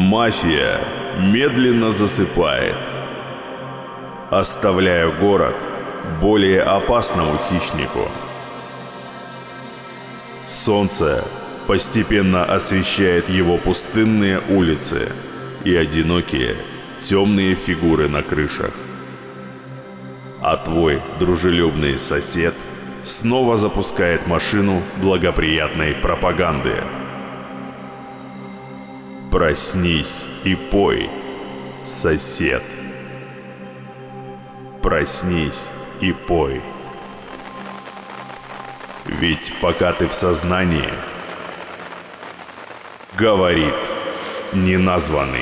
Мафия медленно засыпает, оставляя город более опасному хищнику. Солнце постепенно освещает его пустынные улицы и одинокие темные фигуры на крышах. А твой дружелюбный сосед снова запускает машину благоприятной пропаганды. Проснись и пой, сосед. Проснись и пой. Ведь пока ты в сознании, говорит неназванный.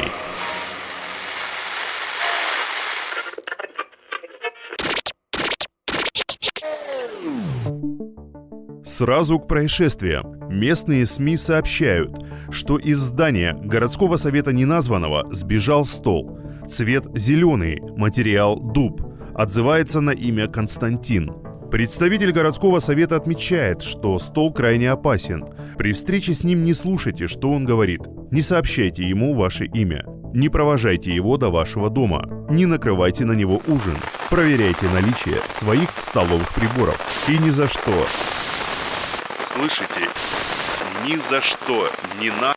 Сразу к происшествиям. Местные СМИ сообщают, что из здания городского совета неназванного сбежал стол. Цвет зеленый, материал дуб. Отзывается на имя Константин. Представитель городского совета отмечает, что стол крайне опасен. При встрече с ним не слушайте, что он говорит. Не сообщайте ему ваше имя. Не провожайте его до вашего дома. Не накрывайте на него ужин. Проверяйте наличие своих столовых приборов. И ни за что. Слышите? Ни за что не на...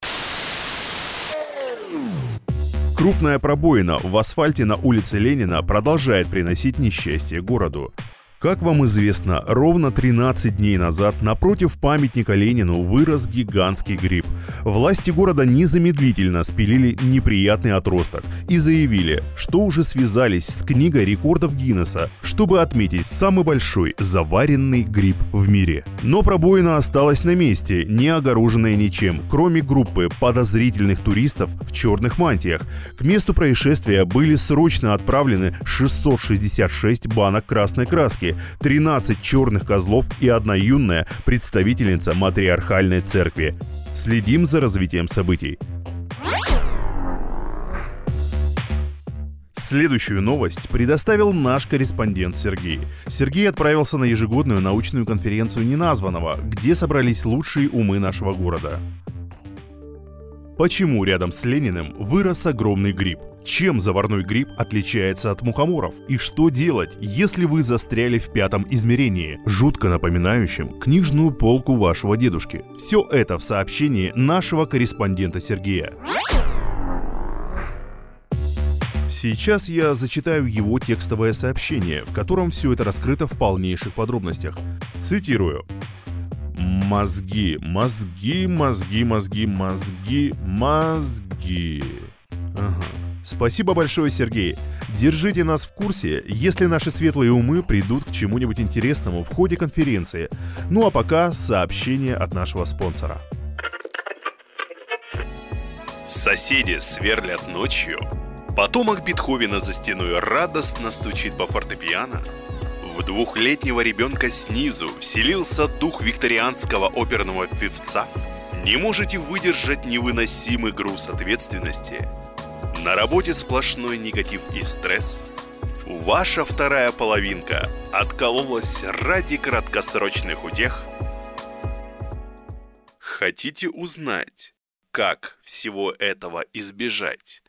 Крупная пробоина в асфальте на улице Ленина продолжает приносить несчастье городу. Как вам известно, ровно 13 дней назад напротив памятника Ленину вырос гигантский гриб. Власти города незамедлительно спилили неприятный отросток и заявили, что уже связались с книгой рекордов Гиннесса, чтобы отметить самый большой заваренный гриб в мире. Но пробоина осталась на месте, не огороженная ничем, кроме группы подозрительных туристов в черных мантиях. К месту происшествия были срочно отправлены 666 банок красной краски, 13 черных козлов и одна юная представительница матриархальной церкви. Следим за развитием событий. Следующую новость предоставил наш корреспондент Сергей. Сергей отправился на ежегодную научную конференцию неназванного, где собрались лучшие умы нашего города. Почему рядом с Лениным вырос огромный гриб? Чем заварной гриб отличается от мухоморов? И что делать, если вы застряли в 5-м измерении, жутко напоминающем книжную полку вашего дедушки? Все это в сообщении нашего корреспондента Сергея. Сейчас я зачитаю его текстовое сообщение, в котором все это раскрыто в полнейших подробностях. Цитирую. Мозги, мозги, мозги, мозги, мозги, мозги. Ага. Спасибо большое, Сергей. Держите нас в курсе, если наши светлые умы придут к чему-нибудь интересному в ходе конференции. Ну а пока сообщение от нашего спонсора. Соседи сверлят ночью. Потомок Бетховена за стеной радостно стучит по фортепиано. В 2-летнего ребенка снизу вселился дух викторианского оперного певца. Не можете выдержать невыносимый груз ответственности. На работе сплошной негатив и стресс. Ваша вторая половинка откололась ради краткосрочных утех. Хотите узнать, как всего этого избежать?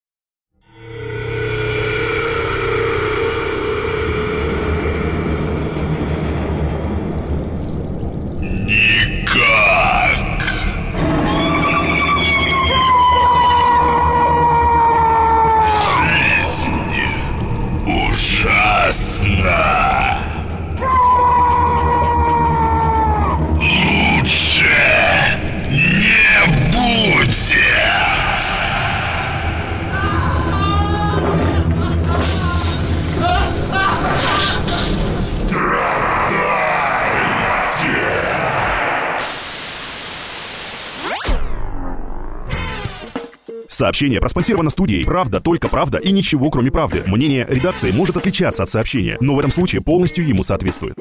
Сообщение проспонсировано студией «Правда, только правда и ничего, кроме правды». Мнение редакции может отличаться от сообщения, но в этом случае полностью ему соответствует.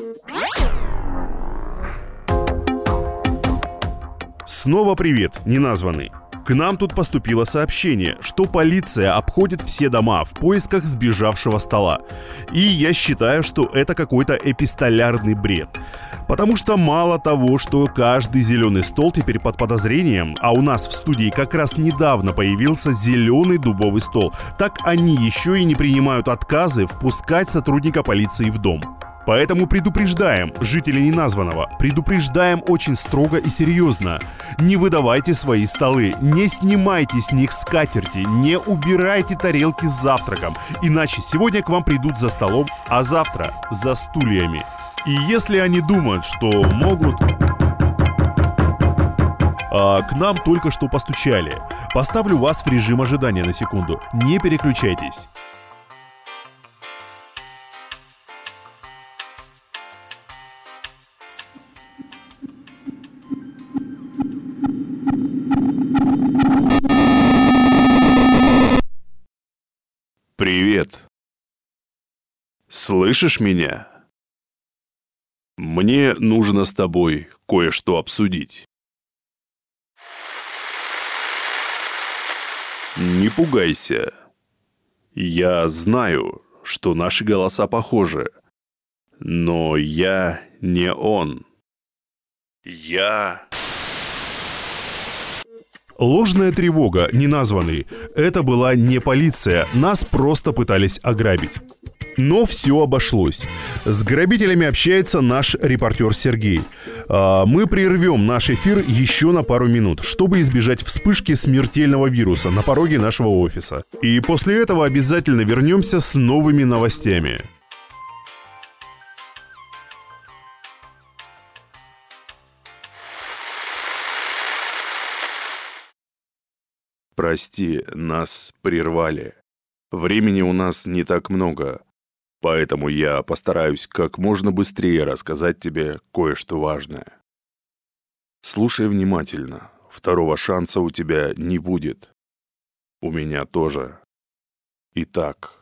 Снова привет, неназванный. К нам тут поступило сообщение, что полиция обходит все дома в поисках сбежавшего стола. И я считаю, что это какой-то эпистолярный бред. Потому что мало того, что каждый зеленый стол теперь под подозрением, а у нас в студии как раз недавно появился зеленый дубовый стол, так они еще и не принимают отказы впускать сотрудника полиции в дом. Поэтому предупреждаем жителей неназванного, предупреждаем очень строго и серьезно. Не выдавайте свои столы, не снимайте с них скатерти, не убирайте тарелки с завтраком, иначе сегодня к вам придут за столом, а завтра за стульями. И если они думают, что могут... к нам только что постучали. Поставлю вас в режим ожидания на секунду. Не переключайтесь. Привет. Слышишь меня? Мне нужно с тобой кое-что обсудить. Не пугайся. Я знаю, что наши голоса похожи, но я не он. Я... Ложная тревога, неназванный. Это была не полиция, нас просто пытались ограбить. Но все обошлось. С грабителями общается наш репортер Сергей. Мы прервем наш эфир еще на пару минут, чтобы избежать вспышки смертельного вируса на пороге нашего офиса. И после этого обязательно вернемся с новыми новостями. Прости, нас прервали. Времени у нас не так много, поэтому я постараюсь как можно быстрее рассказать тебе кое-что важное. Слушай внимательно. Второго шанса у тебя не будет. У меня тоже. Итак...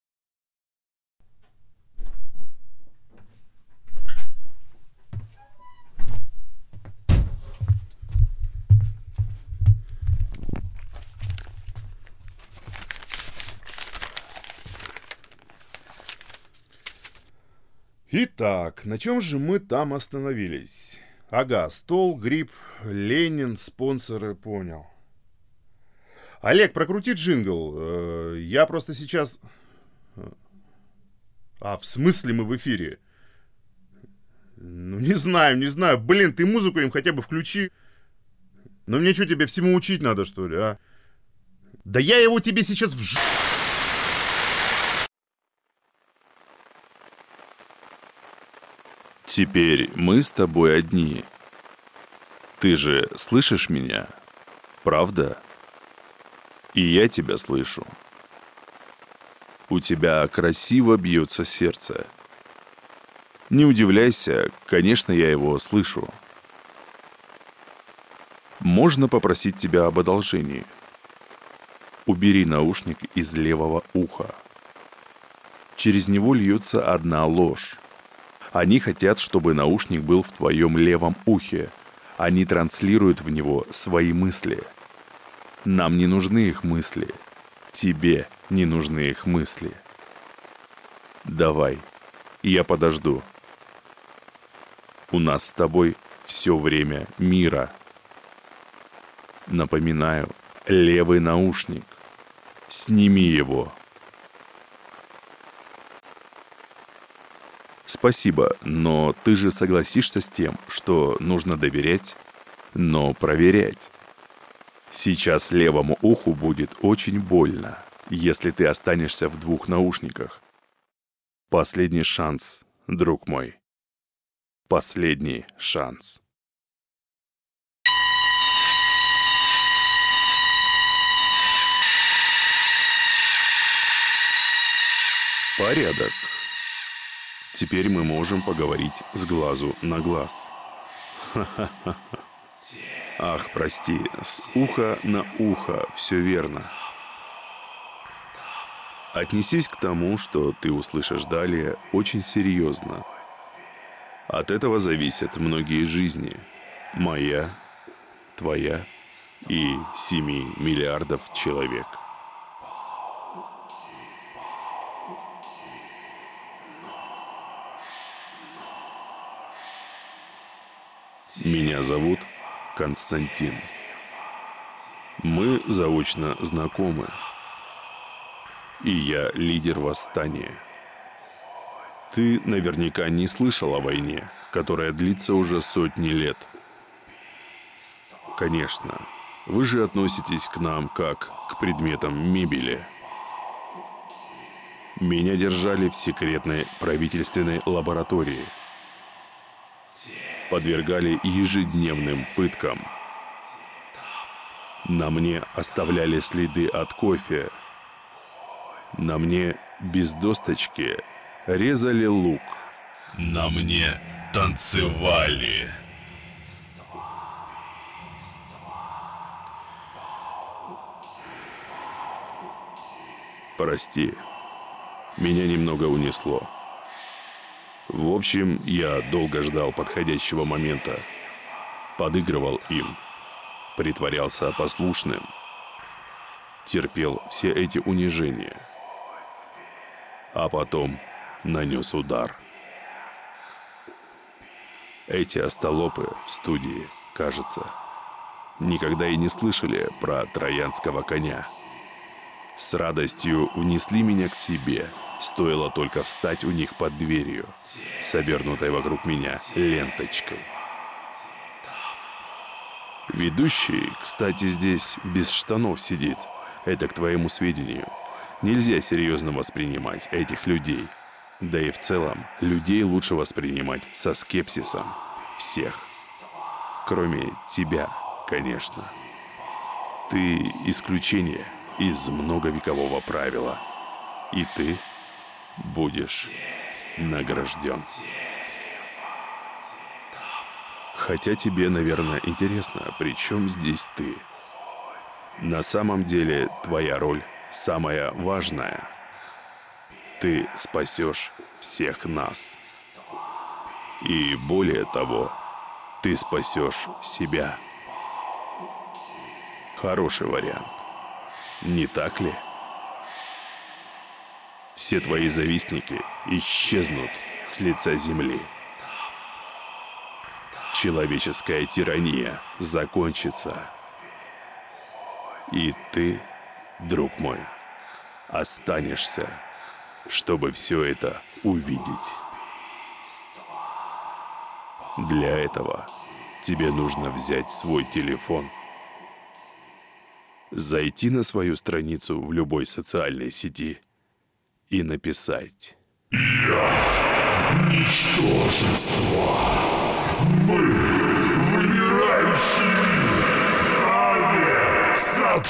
Итак, на чем же мы там остановились? Ага, стол, гриб, Ленин, спонсоры, понял. Олег, прокрути джингл. Я просто сейчас... В смысле мы в эфире? Ну, не знаю. Блин, ты музыку им хотя бы включи. Ну, мне что, тебе всему учить надо, что ли, а? Да я его тебе сейчас Теперь мы с тобой одни. Ты же слышишь меня? Правда? И я тебя слышу. У тебя красиво бьется сердце. Не удивляйся, конечно, я его слышу. Можно попросить тебя об одолжении? Убери наушник из левого уха. Через него льется одна ложь. Они хотят, чтобы наушник был в твоем левом ухе. Они транслируют в него свои мысли. Нам не нужны их мысли. Тебе не нужны их мысли. Давай, я подожду. У нас с тобой все время мира. Напоминаю, левый наушник. Сними его. Спасибо, но ты же согласишься с тем, что нужно доверять, но проверять. Сейчас левому уху будет очень больно, если ты останешься в двух наушниках. Последний шанс, друг мой. Последний шанс. Порядок. Теперь мы можем поговорить с глазу на глаз. Ха-ха-ха. Ах, прости, с уха на ухо, все верно. Отнесись к тому, что ты услышишь далее, очень серьезно. От этого зависят многие жизни. Моя, твоя и 7 миллиардов человек. Меня зовут Константин. Мы заочно знакомы. И я лидер восстания. Ты наверняка не слышал о войне, которая длится уже сотни лет. Конечно, вы же относитесь к нам как к предметам мебели. Меня держали в секретной правительственной лаборатории. Подвергали ежедневным пыткам. На мне оставляли следы от кофе. На мне без досточки резали лук. На мне танцевали. Прости, меня немного унесло. В общем, я долго ждал подходящего момента. Подыгрывал им. Притворялся послушным. Терпел все эти унижения. А потом нанес удар. Эти остолопы в студии, кажется, никогда и не слышали про троянского коня. С радостью внесли меня к себе. Стоило только встать у них под дверью, совернутой вокруг меня ленточкой. Ведущий, кстати, здесь без штанов сидит. Это к твоему сведению. Нельзя серьезно воспринимать этих людей. Да и в целом, людей лучше воспринимать со скепсисом. Всех. Кроме тебя, конечно. Ты исключение из многовекового правила. И ты будешь награжден. Хотя тебе, наверное, интересно, при чем здесь ты? На самом деле, твоя роль самая важная. Ты спасешь всех нас. И более того, ты спасешь себя. Хороший вариант. Не так ли? Все твои завистники исчезнут с лица земли. Человеческая тирания закончится. И ты, друг мой, останешься, чтобы все это увидеть. Для этого тебе нужно взять свой телефон, зайти на свою страницу в любой социальной сети и написать: «Я — ничтожество. Мы — вымирающий авиасап».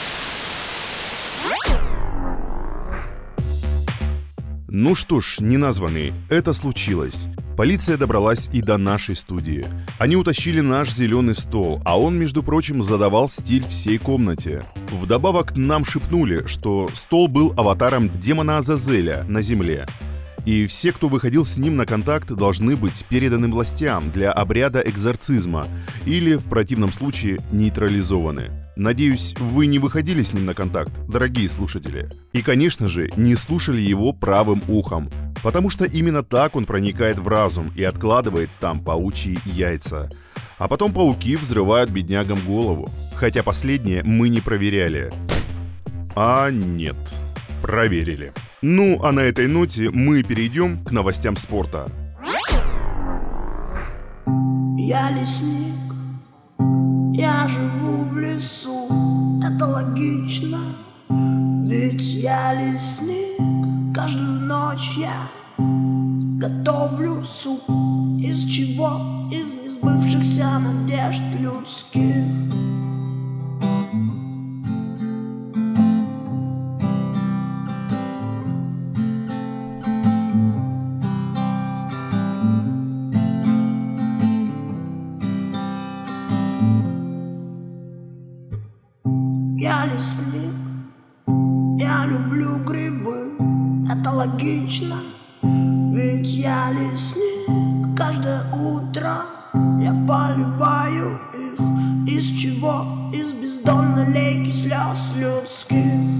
Ну что ж, неназванный, это случилось. Полиция добралась и до нашей студии. Они утащили наш зеленый стол, а он, между прочим, задавал стиль всей комнате. Вдобавок нам шепнули, что стол был аватаром демона Азазеля на земле. И все, кто выходил с ним на контакт, должны быть переданы властям для обряда экзорцизма или, в противном случае, нейтрализованы. Надеюсь, вы не выходили с ним на контакт, дорогие слушатели. И, конечно же, не слушали его правым ухом, потому что именно так он проникает в разум и откладывает там паучьи яйца. А потом пауки взрывают беднягам голову. Хотя последнее мы не проверяли. А нет, проверили. Ну, а на этой ноте мы перейдем к новостям спорта. Я лесник, я живу в лесу, это логично, ведь я лесник. Каждую ночь я готовлю суп. Из чего? Из несбывшихся надежд людских. Я лесник, я люблю грибы, это логично, ведь я лесник. Каждое утро я поливаю их. Из чего? Из по-людски.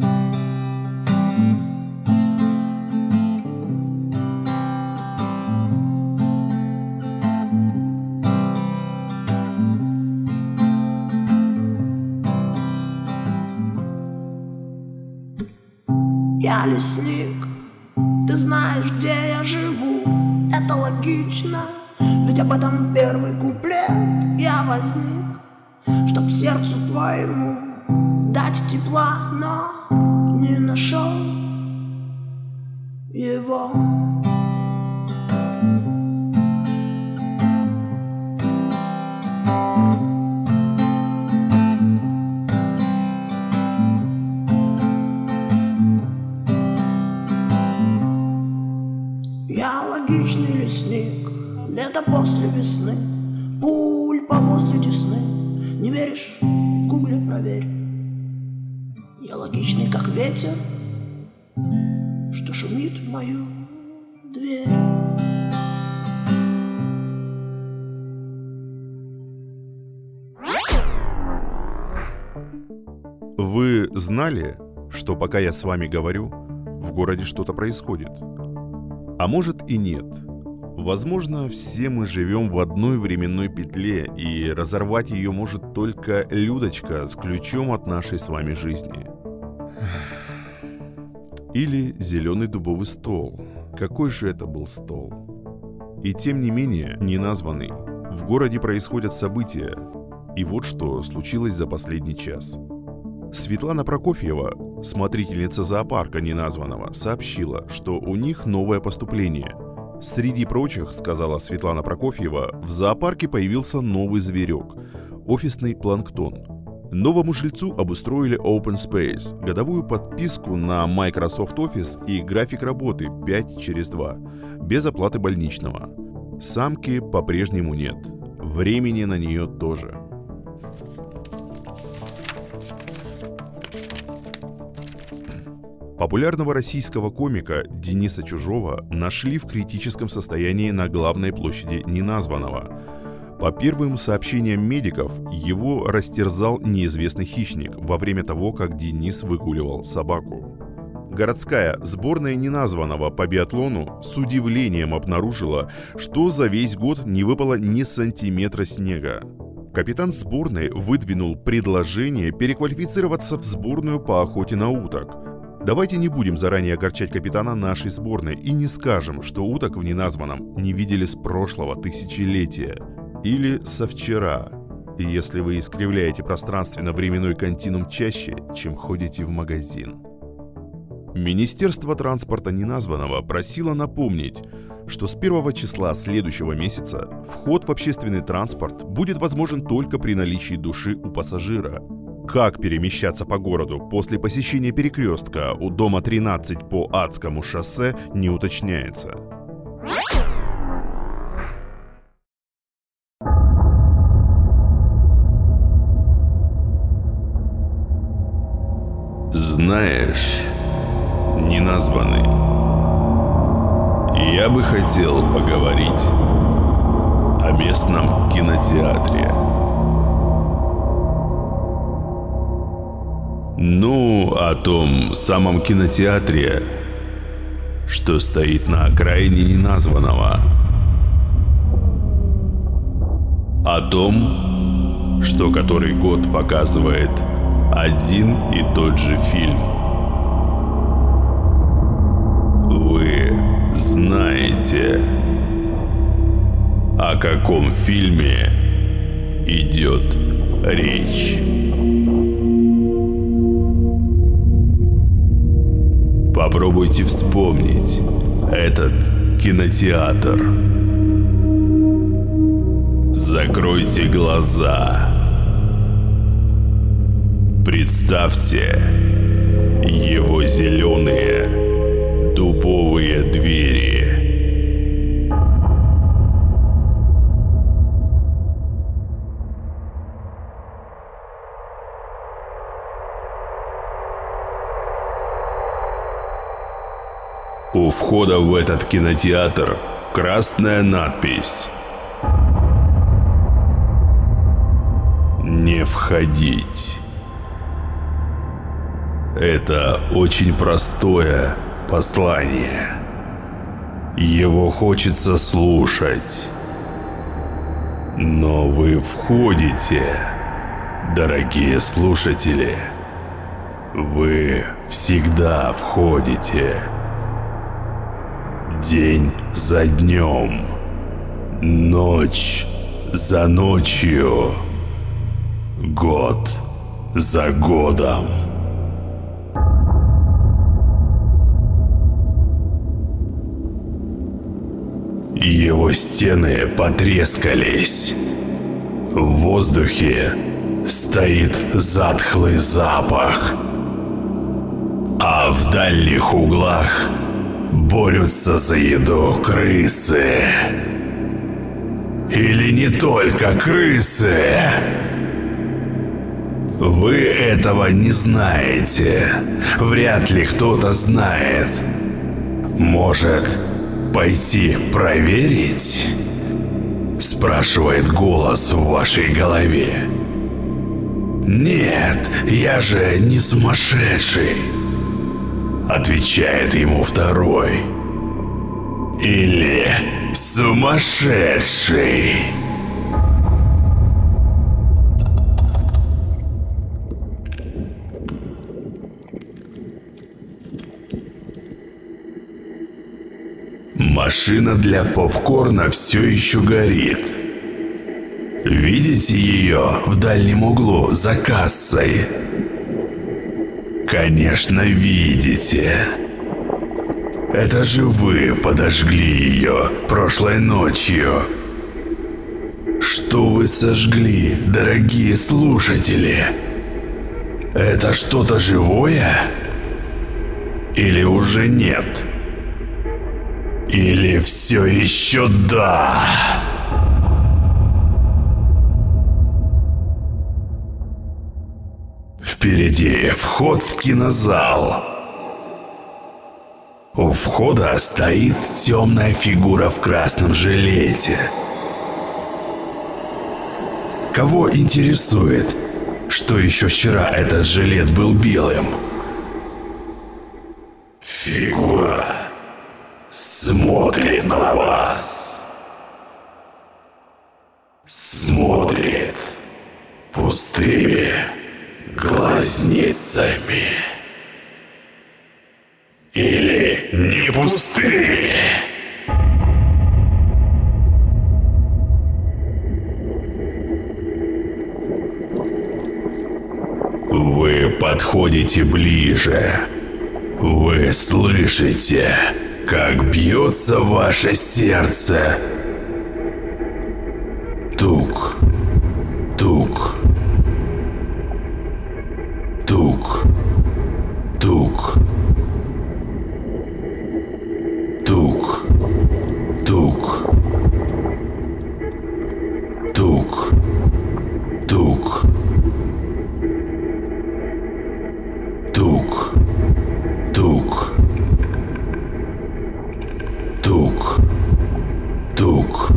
Я лесник, ты знаешь, где я живу. Это логично, ведь об этом первый куплет. Я возник, чтоб сердцу твоему дать тепла, но не нашел его. Я логичный лесник, лето после весны, пульпа возле десны. Не веришь? В гугле проверь. Я логичный, как ветер, что шумит в мою дверь. Вы знали, что пока я с вами говорю, в городе что-то происходит? А может и нет. Возможно, все мы живем в одной временной петле, и разорвать ее может только Людочка с ключом от нашей с вами жизни. Или зеленый дубовый стол. Какой же это был стол? И тем не менее, неназванный. В городе происходят события. И вот что случилось за последний час. Светлана Прокофьева, смотрительница зоопарка неназванного, сообщила, что у них новое поступление. Среди прочих, сказала Светлана Прокофьева, в зоопарке появился новый зверек – офисный планктон. Новому жильцу обустроили Open Space, годовую подписку на Microsoft Office и график работы 5/2, без оплаты больничного. Самки по-прежнему нет, времени на нее тоже. Популярного российского комика Дениса Чужого нашли в критическом состоянии на главной площади неназванного. По первым сообщениям медиков, его растерзал неизвестный хищник во время того, как Денис выгуливал собаку. Городская сборная неназванного по биатлону с удивлением обнаружила, что за весь год не выпало ни сантиметра снега. Капитан сборной выдвинул предложение переквалифицироваться в сборную по охоте на уток. Давайте не будем заранее огорчать капитана нашей сборной и не скажем, что уток в неназванном не видели с прошлого тысячелетия. Или со вчера, если вы искривляете пространственно-временной континуум чаще, чем ходите в магазин. Министерство транспорта неназванного просило напомнить, что с 1 числа следующего месяца вход в общественный транспорт будет возможен только при наличии души у пассажира. Как перемещаться по городу после посещения перекрестка у дома 13 по Адскому шоссе не уточняется. Знаешь, неназванный, я бы хотел поговорить о местном кинотеатре. Ну, о том самом кинотеатре, что стоит на окраине неназванного. О том, что который год показывает один и тот же фильм. Вы знаете, о каком фильме идет речь? Попробуйте вспомнить этот кинотеатр. Закройте глаза. Представьте его зеленые дубовые двери. У входа в этот кинотеатр красная надпись: «Не входить». Это очень простое послание. Его хочется слушать. Но вы входите, дорогие слушатели. Вы всегда входите. День за днем, ночь за ночью, год за годом. Его стены потрескались. В воздухе стоит затхлый запах, а в дальних углах борются за еду крысы. Или не только крысы. Вы этого не знаете. Вряд ли кто-то знает. Может, пойти проверить? Спрашивает голос в вашей голове. Нет, я же не сумасшедший. Отвечает ему второй. Или сумасшедший. Машина для попкорна все еще горит. Видите ее в дальнем углу за кассой? Конечно, видите. Это же вы подожгли ее прошлой ночью. Что вы сожгли, дорогие слушатели? Это что-то живое? Или уже нет? Или все еще да? Впереди вход в кинозал. У входа стоит темная фигура в красном жилете. Кого интересует, что еще вчера этот жилет был белым? Фигура смотрит на вас. Смотрит пустыми глазницами. Или не пустыми. Вы подходите ближе. Вы слышите, как бьется ваше сердце. Тук, тук, тук, тук, тук, тук, тук, тук, тук, тук, тук, тук.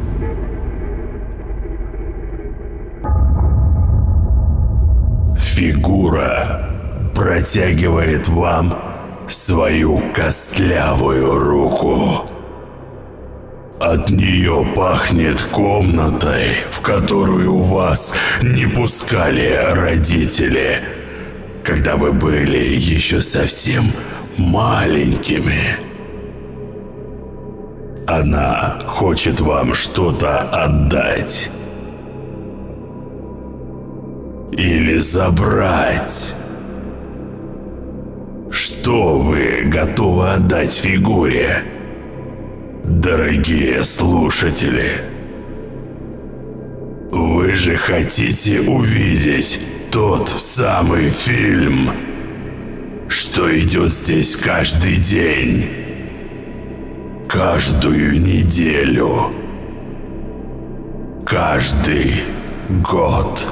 Фигура протягивает вам свою костлявую руку. От нее пахнет комнатой, в которую вас не пускали родители, когда вы были еще совсем маленькими. Она хочет вам что-то отдать. Или забрать. Что вы готовы отдать фигуре, дорогие слушатели? Вы же хотите увидеть тот самый фильм, что идет здесь каждый день, каждую неделю, каждый год.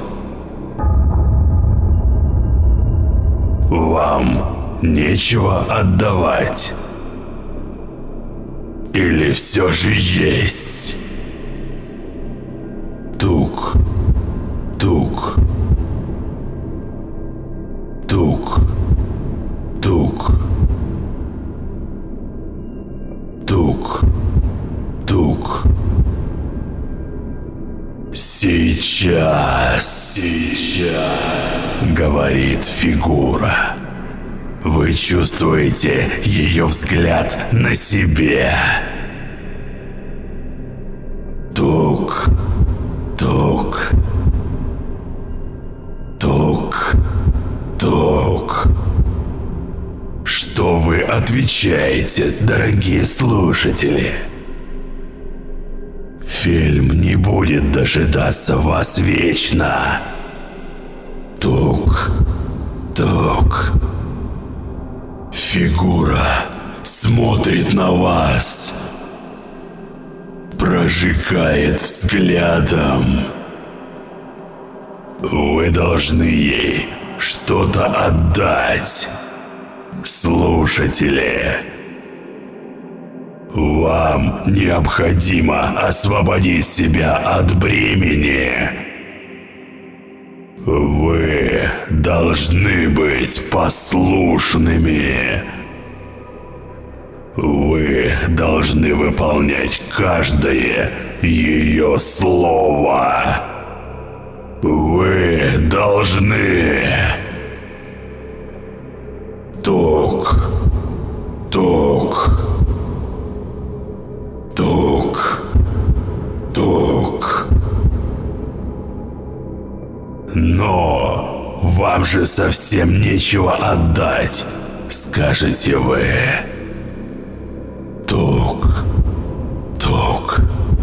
Вам нечего отдавать? Или все же есть? Тук, тук, тук, Тук. Тук. Сейчас. Говорит фигура. Вы чувствуете ее взгляд на себе. Тук. Тук. Тук. Тук. Что вы отвечаете, дорогие слушатели? Фильм не будет дожидаться вас вечно. Тук. Тук. Фигура смотрит на вас. Прожигает взглядом. Вы должны ей что-то отдать. Слушатели, вам необходимо освободить себя от бремени. Вы должны быть послушными. Вы должны выполнять каждое ее слово. Вы должны... Тук. Тук. Тук. Тук. Но вам же совсем нечего отдать, скажете вы. Тук. Тук.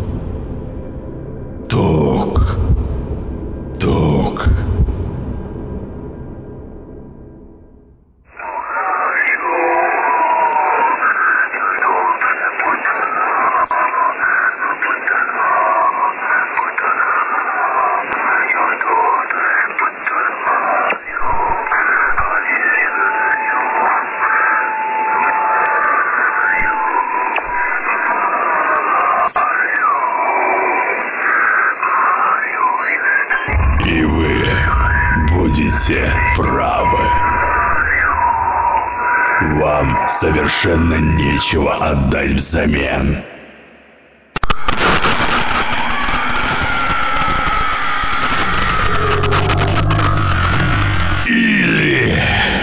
Тук. Тук. И вы будете правы. Вам совершенно нечего отдать взамен. Или...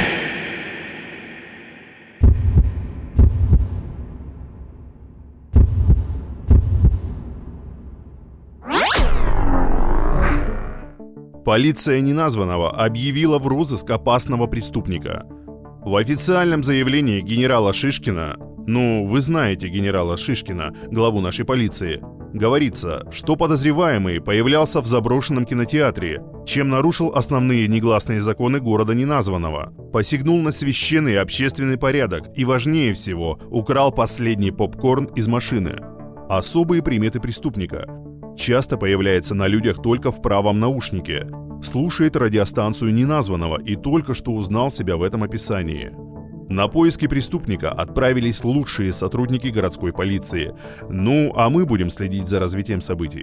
Полиция неназванного объявила в розыск опасного преступника. В официальном заявлении генерала Шишкина, вы знаете генерала Шишкина, главу нашей полиции, говорится, что подозреваемый появлялся в заброшенном кинотеатре, чем нарушил основные негласные законы города неназванного, посягнул на священный общественный порядок и, важнее всего, украл последний попкорн из машины. Особые приметы преступника. Часто появляется на людях только в правом наушнике, слушает радиостанцию неназванного и только что узнал себя в этом описании. На поиски преступника отправились лучшие сотрудники городской полиции. А мы будем следить за развитием событий.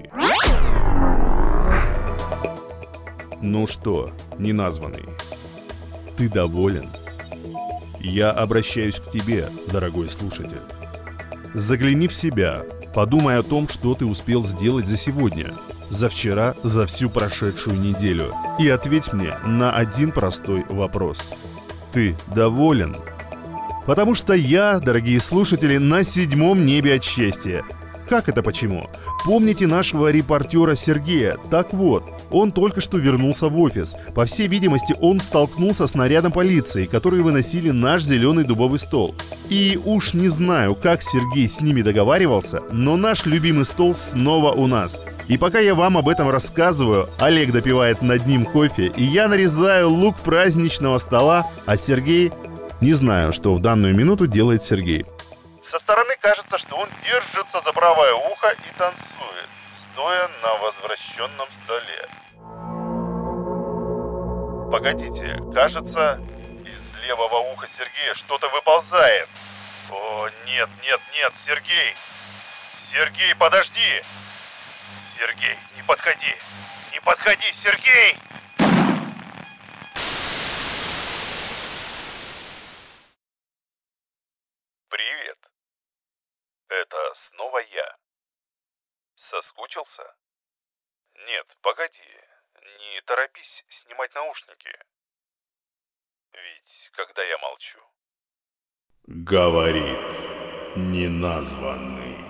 Ну что, неназванный, ты доволен? Я обращаюсь к тебе, дорогой слушатель. Загляни в себя. Подумай о том, что ты успел сделать за сегодня, за вчера, за всю прошедшую неделю. И ответь мне на один простой вопрос. Ты доволен? Потому что я, дорогие слушатели, на 7-м небе от счастья. Как это почему? Помните нашего репортера Сергея? Так вот, он только что вернулся в офис. По всей видимости, он столкнулся с нарядом полиции, которые выносили наш зеленый дубовый стол. И уж не знаю, как Сергей с ними договаривался, но наш любимый стол снова у нас. И пока я вам об этом рассказываю, Олег допивает над ним кофе, и я нарезаю лук праздничного стола, а Сергей... Не знаю, что в данную минуту делает Сергей. Со стороны кажется, что он держится за правое ухо и танцует, стоя на возвращенном столе. Погодите, кажется, из левого уха Сергея что-то выползает. О, нет, Сергей! Сергей, подожди! Сергей, не подходи! Не подходи, Сергей! Привет. Это снова я. Соскучился? Нет, погоди. Не торопись снимать наушники. Ведь когда я молчу... Говорит неназванный.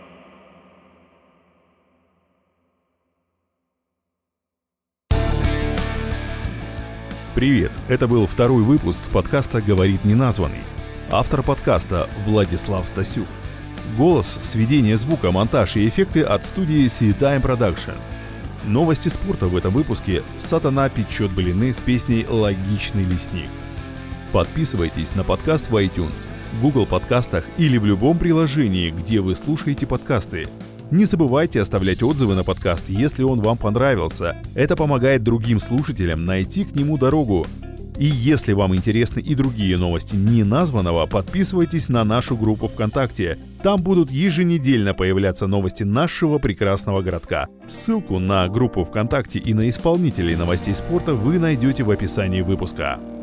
Привет, это был второй выпуск подкаста «Говорит неназванный». Автор подкаста Владислав Стасюк. Голос, сведение звука, монтаж и эффекты от студии C-Time Production. Новости спорта в этом выпуске «Сатана печет блины» с песней «Логичный лесник». Подписывайтесь на подкаст в iTunes, Google подкастах или в любом приложении, где вы слушаете подкасты. Не забывайте оставлять отзывы на подкаст, если он вам понравился. Это помогает другим слушателям найти к нему дорогу. И если вам интересны и другие новости неназванного, подписывайтесь на нашу группу ВКонтакте. Там будут еженедельно появляться новости нашего прекрасного городка. Ссылку на группу ВКонтакте и на исполнителей новостей спорта вы найдете в описании выпуска.